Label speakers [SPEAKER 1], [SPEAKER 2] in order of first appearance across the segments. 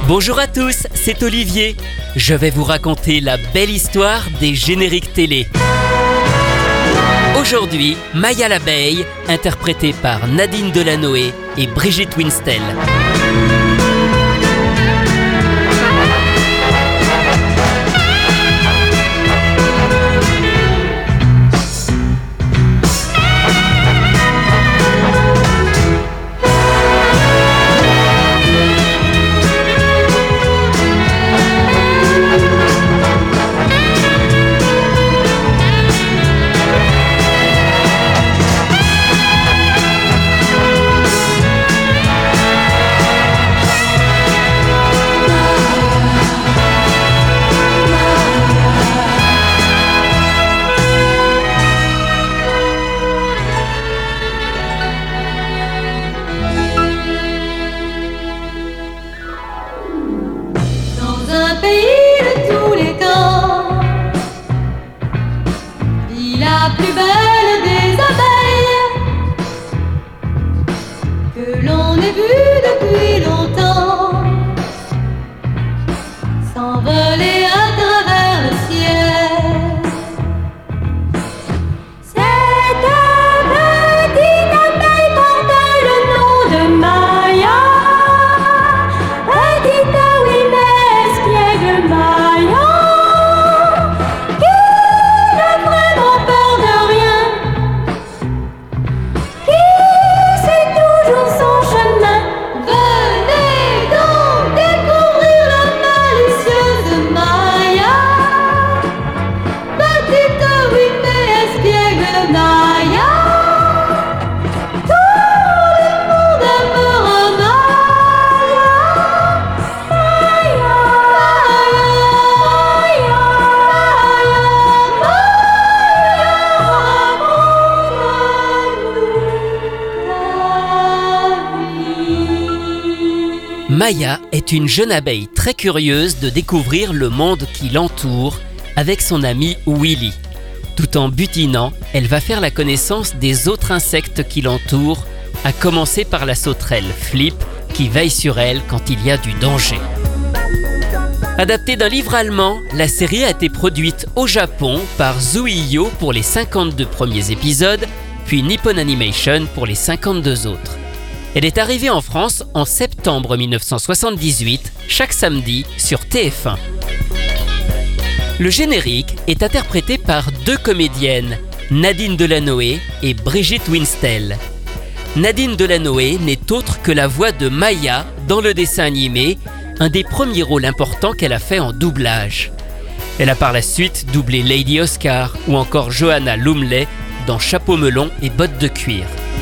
[SPEAKER 1] Bonjour à tous, c'est Olivier. Je vais vous raconter la belle histoire des génériques télé. Aujourd'hui, Maya l'abeille, interprétée par Nadine Delanoë et Brigitte Winstel.
[SPEAKER 2] La plus belle des abeilles que l'on ait vue depuis longtemps s'envoler à travers le ciel. Cette petite abeille portait le nom de Maya, petite oui mais espiègle Maya.
[SPEAKER 1] Maya est une jeune abeille très curieuse de découvrir le monde qui l'entoure avec son ami Willy. Tout en butinant, elle va faire la connaissance des autres insectes qui l'entourent, à commencer par la sauterelle Flip qui veille sur elle quand il y a du danger. Adaptée d'un livre allemand, la série a été produite au Japon par Zuiyo pour les 52 premiers épisodes, puis Nippon Animation pour les 52 autres. Elle est arrivée en France en septembre 1978, chaque samedi sur TF1. Le générique est interprété par deux comédiennes, Nadine Delanoë et Brigitte Winstel. Nadine Delanoë n'est autre que la voix de Maya dans le dessin animé, un des premiers rôles importants qu'elle a fait en doublage. Elle a par la suite doublé Lady Oscar ou encore Johanna Lumley dans Chapeau melon et bottes de cuir.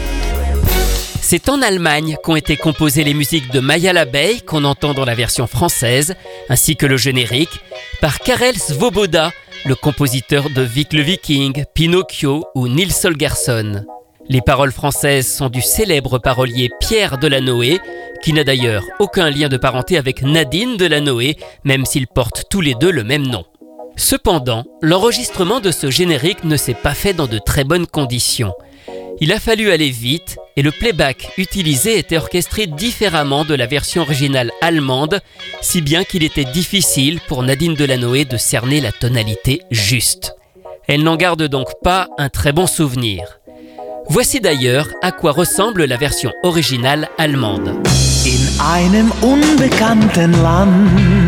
[SPEAKER 1] C'est en Allemagne qu'ont été composées les musiques de Maya l'abeille qu'on entend dans la version française, ainsi que le générique, par Karel Svoboda, le compositeur de Vic le Viking, Pinocchio ou Nils Holgersson. Les paroles françaises sont du célèbre parolier Pierre Delanoë, qui n'a d'ailleurs aucun lien de parenté avec Nadine Delanoë, même s'ils portent tous les deux le même nom. Cependant, l'enregistrement de ce générique ne s'est pas fait dans de très bonnes conditions. Il a fallu aller vite et le playback utilisé était orchestré différemment de la version originale allemande, si bien qu'il était difficile pour Nadine Delanoë de cerner la tonalité juste. Elle n'en garde donc pas un très bon souvenir. Voici d'ailleurs à quoi ressemble la version originale allemande.
[SPEAKER 3] In einem unbekannten Land,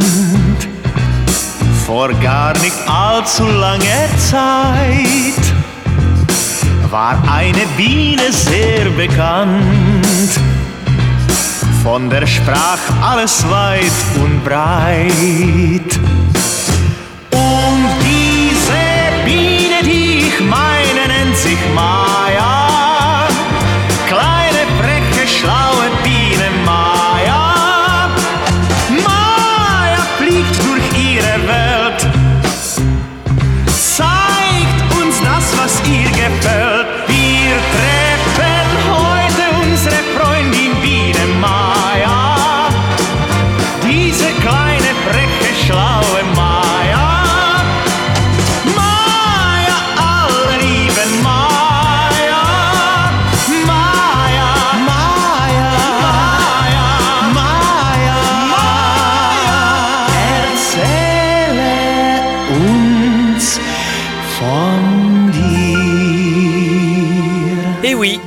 [SPEAKER 3] vor gar nicht allzu langer Zeit, war eine Biene sehr bekannt, von der sprach alles weit und breit. Und diese Biene, die ich meine, nennt sich Maya, kleine, freche, schlaue Biene Maya. Maya fliegt durch ihre Welt, zeigt uns das, was ihr gefällt. Wir treffen heute unsere Freundin Biene Maya, diese kleine, freche, schlaue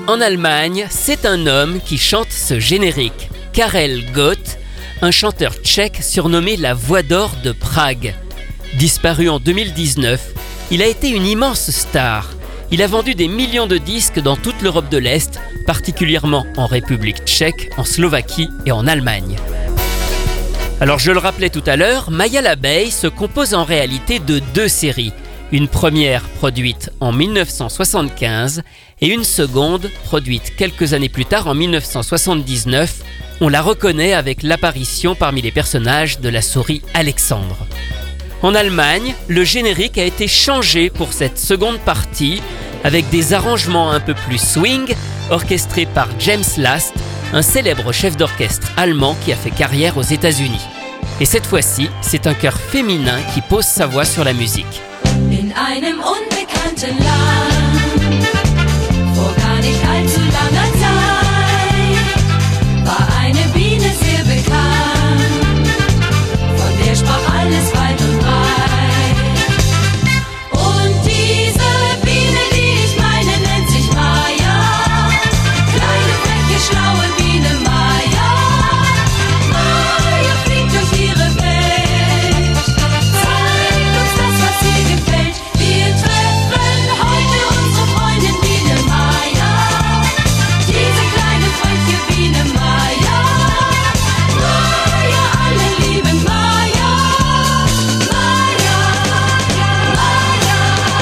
[SPEAKER 1] En Allemagne, c'est un homme qui chante ce générique, Karel Gott, un chanteur tchèque surnommé la Voix d'Or de Prague. Disparu en 2019, il a été une immense star. Il a vendu des millions de disques dans toute l'Europe de l'Est, particulièrement en République tchèque, en Slovaquie et en Allemagne. Alors je le rappelais tout à l'heure, Maya l'abeille se compose en réalité de 2 séries. Une première produite en 1975 et une seconde produite quelques années plus tard en 1979. On la reconnaît avec l'apparition parmi les personnages de la souris Alexandre. En Allemagne, le générique a été changé pour cette seconde partie avec des arrangements un peu plus swing orchestrés par James Last, un célèbre chef d'orchestre allemand qui a fait carrière aux États-Unis. Et cette fois-ci, c'est un chœur féminin qui pose sa voix sur la musique.
[SPEAKER 2] In einem unbekannten Land, vor gar nicht allzu langer Zeit, war eine Biene sehr bekannt, von der sprach alles weit und breit. Und diese Biene, die ich meine, nennt sich Maya, kleine, freche, schlaue Biene Maya. Maya fliegt durch ihre Welt, zeigt uns das, was ihr gefällt. Wir treffen heute unsere Freundin Biene Maya, diese kleine, freche Biene Maya. Maya, alle lieben Maya, Maya, Maya,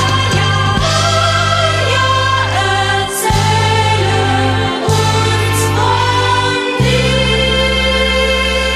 [SPEAKER 2] Maya, erzähle uns von dir.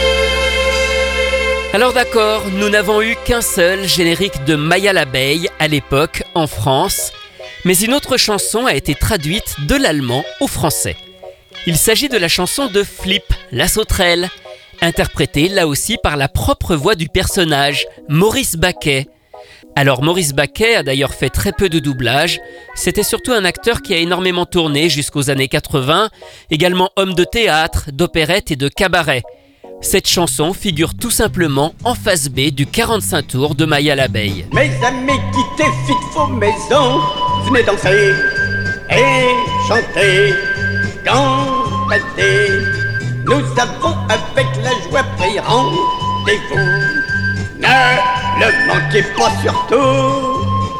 [SPEAKER 1] Alors d'accord, nous n'avons eu qu'un seul générique de Maya l'abeille à l'époque en France, mais une autre chanson a été traduite de l'allemand au français. Il s'agit de la chanson de Flip, la sauterelle, interprétée là aussi par la propre voix du personnage, Maurice Baquet. Alors Maurice Baquet a d'ailleurs fait très peu de doublage, c'était surtout un acteur qui a énormément tourné jusqu'aux années 80, également homme de théâtre, d'opérette et de cabaret. Cette chanson figure tout simplement en face B du 45 tours de Maya l'abeille.
[SPEAKER 4] Mes amis, quittez vite vos maisons, venez danser et chanter, gambader. Nous avons avec la joie pris rendez-vous. Ne le manquez pas surtout.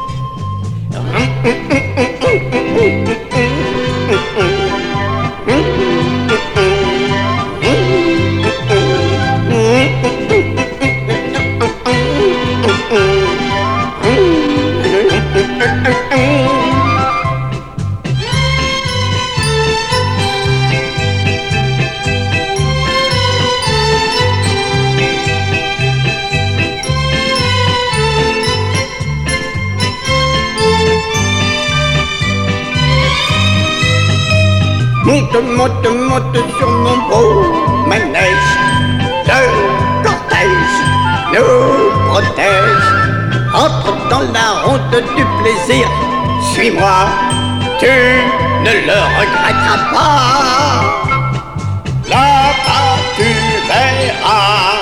[SPEAKER 4] Monte, monte sur mon beau manège. Le cortège nous protège. Entre dans la ronde du plaisir. Suis-moi, tu ne le regretteras pas. Là-bas tu verras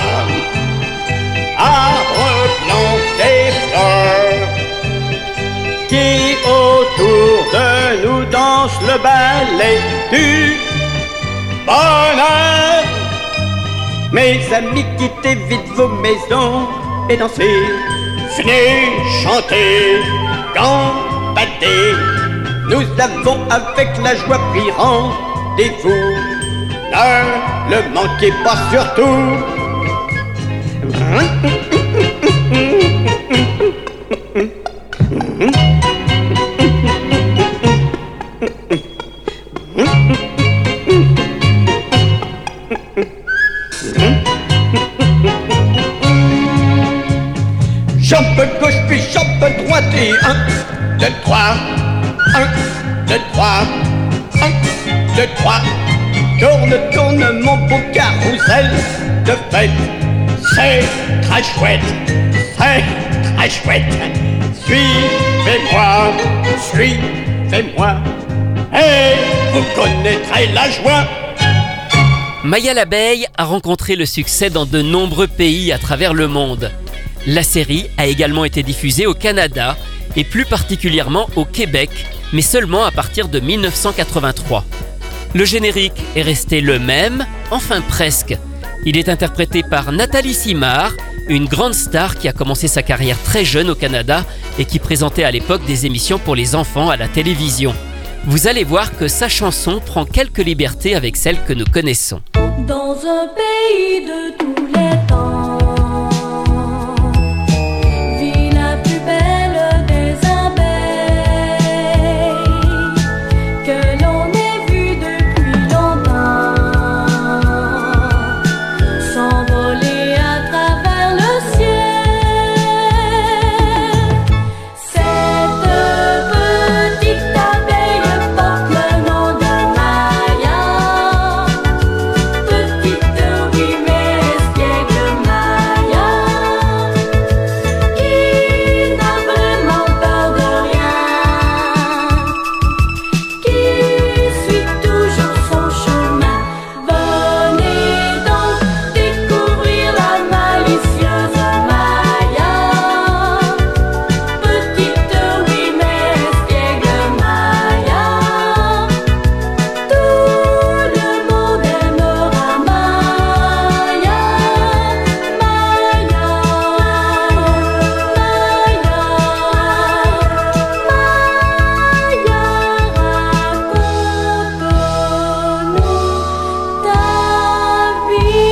[SPEAKER 4] arbres, plantes et fleurs qui autour de nous dansent le ballet du bonheur. Mes amis, quittez vite vos maisons et dansez. Venez chanter, gambader. Nous avons avec la joie pris rendez-vous. Ne le manquez pas surtout. Jambe gauche puis jambe droite et 1, 2, 3, 1, 2, 3, 1, 2, 3. Tourne, tourne mon beau carrousel de fête. C'est très chouette, c'est très chouette. Suivez-moi, suivez-moi, et vous connaîtrez la joie.
[SPEAKER 1] Maya l'abeille a rencontré le succès dans de nombreux pays à travers le monde. La série a également été diffusée au Canada et plus particulièrement au Québec, mais seulement à partir de 1983. Le générique est resté le même, enfin presque. Il est interprété par Nathalie Simard, une grande star qui a commencé sa carrière très jeune au Canada et qui présentait à l'époque des émissions pour les enfants à la télévision. Vous allez voir que sa chanson prend quelques libertés avec celle que nous connaissons.
[SPEAKER 2] Dans un pays de tous les temps, vit la plus belle des abeilles que l'on ait vue depuis longtemps, s'envoler à travers le ciel. Cette petite abeille porte le nom de Maya. Petite, oui, mais espiègle Maya, qui n'a vraiment peur de rien, qui suit toujours son chemin. Venez donc découvrir la malicieuse Maya. Petite, oui, mais espiègle Maya, tout le monde aimera Maya. Raconte-nous ta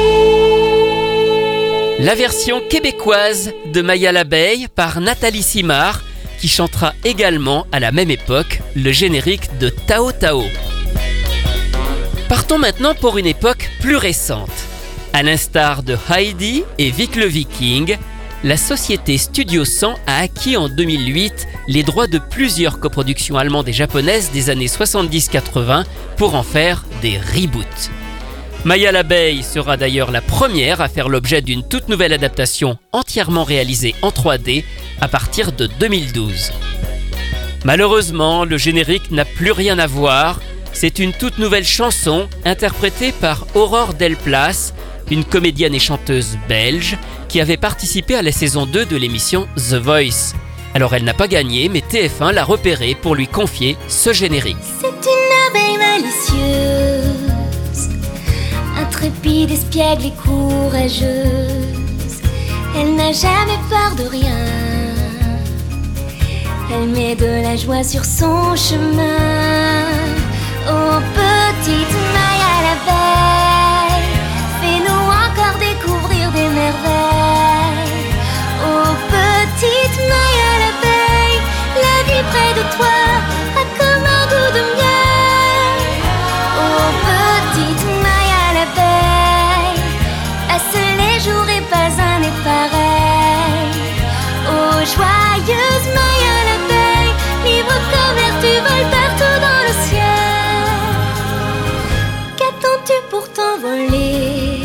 [SPEAKER 2] vie.
[SPEAKER 1] La version québécoise de Maya l'abeille par Nathalie Simard, qui chantera également à la même époque le générique de Tao Tao. Partons maintenant pour une époque plus récente. À l'instar de Heidi et Vic le Viking, la société Studio 100 a acquis en 2008 les droits de plusieurs coproductions allemandes et japonaises des années 70-80 pour en faire des reboots. Maya l'abeille sera d'ailleurs la première à faire l'objet d'une toute nouvelle adaptation entièrement réalisée en 3D à partir de 2012. Malheureusement, le générique n'a plus rien à voir. C'est une toute nouvelle chanson interprétée par Aurore Delplace, une comédienne et chanteuse belge qui avait participé à la saison 2 de l'émission The Voice. Alors elle n'a pas gagné, mais TF1 l'a repérée pour lui confier ce générique.
[SPEAKER 5] C'est une abeille malicieuse, intrépide, espiègle et courageuse. Elle n'a jamais peur de rien. Elle met de la joie sur son chemin. Oh petite Maya l'abeille, fais-nous encore découvrir des merveilles. Oh petite Maya l'abeille, la vie près de toi a comme un goût de miel. Oh petite Maya l'abeille, passe les jours et pas un n'est pareil. Oh joyeuse Maya l'abeille, libre comme l'air tu voles partout dans le ciel. Qu'attends-tu pour t'envoler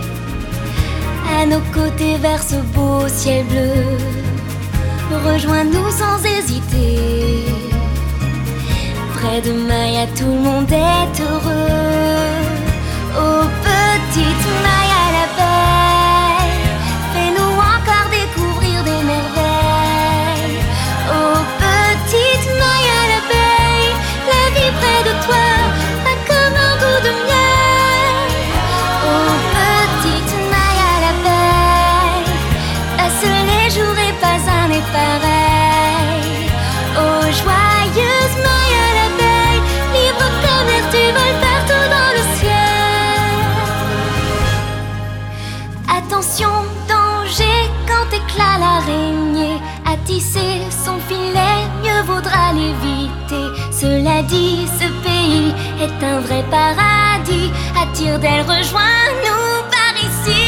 [SPEAKER 5] à nos côtés vers ce beau ciel bleu? Rejoins-nous sans hésiter. Près de Maya, tout le monde est heureux. Oh petite Maya l'abeille, fais-nous encore découvrir des merveilles. Oh petite Maya l'abeille, la vie près de toi a comme un goût de miel. Oh petite Maya l'abeille, passe les jours et pas un n'est pareil. Oh joyeuse Maya l'abeille, libre comme l'air tu voles partout dans le ciel. Attention, danger quand éclate l'araignée. À tisser son filet, mieux vaudra l'éviter. Cela dit, ce pays est un vrai paradis. Attire d'elle, rejoins-nous par ici.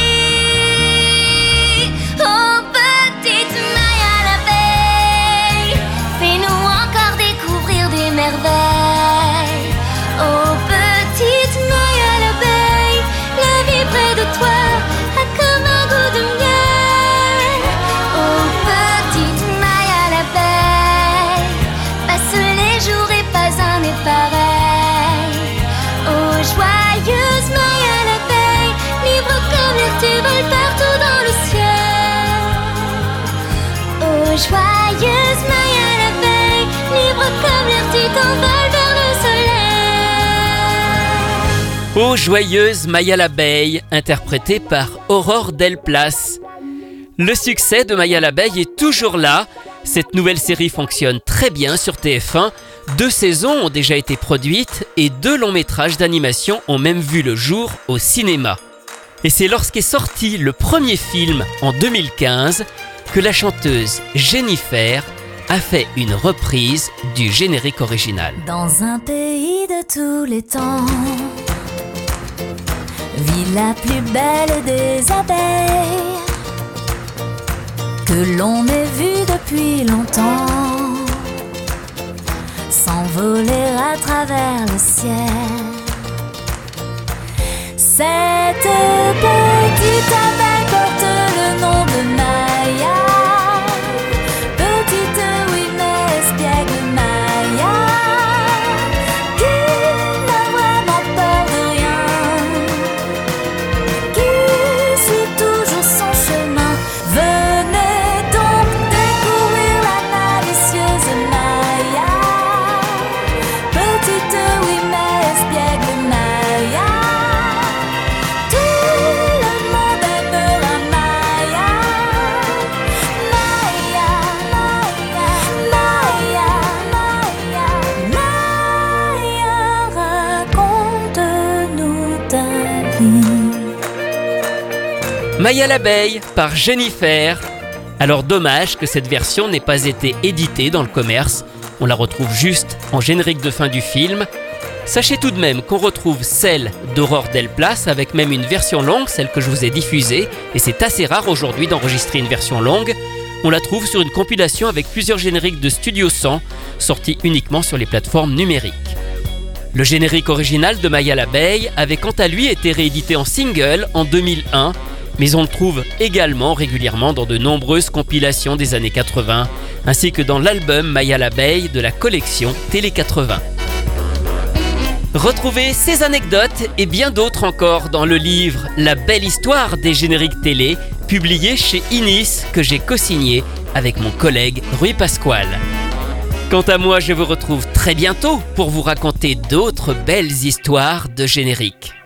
[SPEAKER 5] Oh petite Maya l'abeille, fais-nous encore découvrir des merveilles. Oh petite Maya l'abeille, la vie près de toi a comme un goût de miel. Oh petite Maya l'abeille, passe les jours et pas un n'est pareil. Oh joyeuse Maya l'abeille,
[SPEAKER 1] Ô joyeuse Maya l'abeille, interprétée par Aurore Delplace. Le succès de Maya l'abeille est toujours là. Cette nouvelle série fonctionne très bien sur TF1. 2 saisons ont déjà été produites et 2 longs métrages d'animation ont même vu le jour au cinéma. Et c'est lorsqu'est sorti le premier film en 2015 que la chanteuse Jennifer a fait une reprise du générique original.
[SPEAKER 5] Dans un pays de tous les temps vit la plus belle des abeilles que l'on ait vue depuis longtemps s'envoler à travers le ciel. Cette petite abeille porte le nom de Maya. Petite, oui, mais espiègle Maya, qui n'a vraiment peur de rien, qui suit toujours son chemin. Venez donc découvrir la malicieuse Maya. Petite, oui, mais espiègle Maya.
[SPEAKER 1] Maya l'abeille par Jennifer. Alors dommage que cette version n'ait pas été éditée dans le commerce. On la retrouve juste en générique de fin du film. Sachez tout de même qu'on retrouve celle d'Aurore Delplace avec même une version longue, celle que je vous ai diffusée. Et c'est assez rare aujourd'hui d'enregistrer une version longue. On la trouve sur une compilation avec plusieurs génériques de Studio 100, sortis uniquement sur les plateformes numériques. Le générique original de Maya l'abeille avait quant à lui été réédité en single en 2001, mais on le trouve également régulièrement dans de nombreuses compilations des années 80, ainsi que dans l'album Maya l'abeille de la collection Télé 80. Retrouvez ces anecdotes et bien d'autres encore dans le livre La belle histoire des génériques télé, publié chez Inis, que j'ai co-signé avec mon collègue Rui Pasquale. Quant à moi, je vous retrouve très bientôt pour vous raconter d'autres belles histoires de génériques.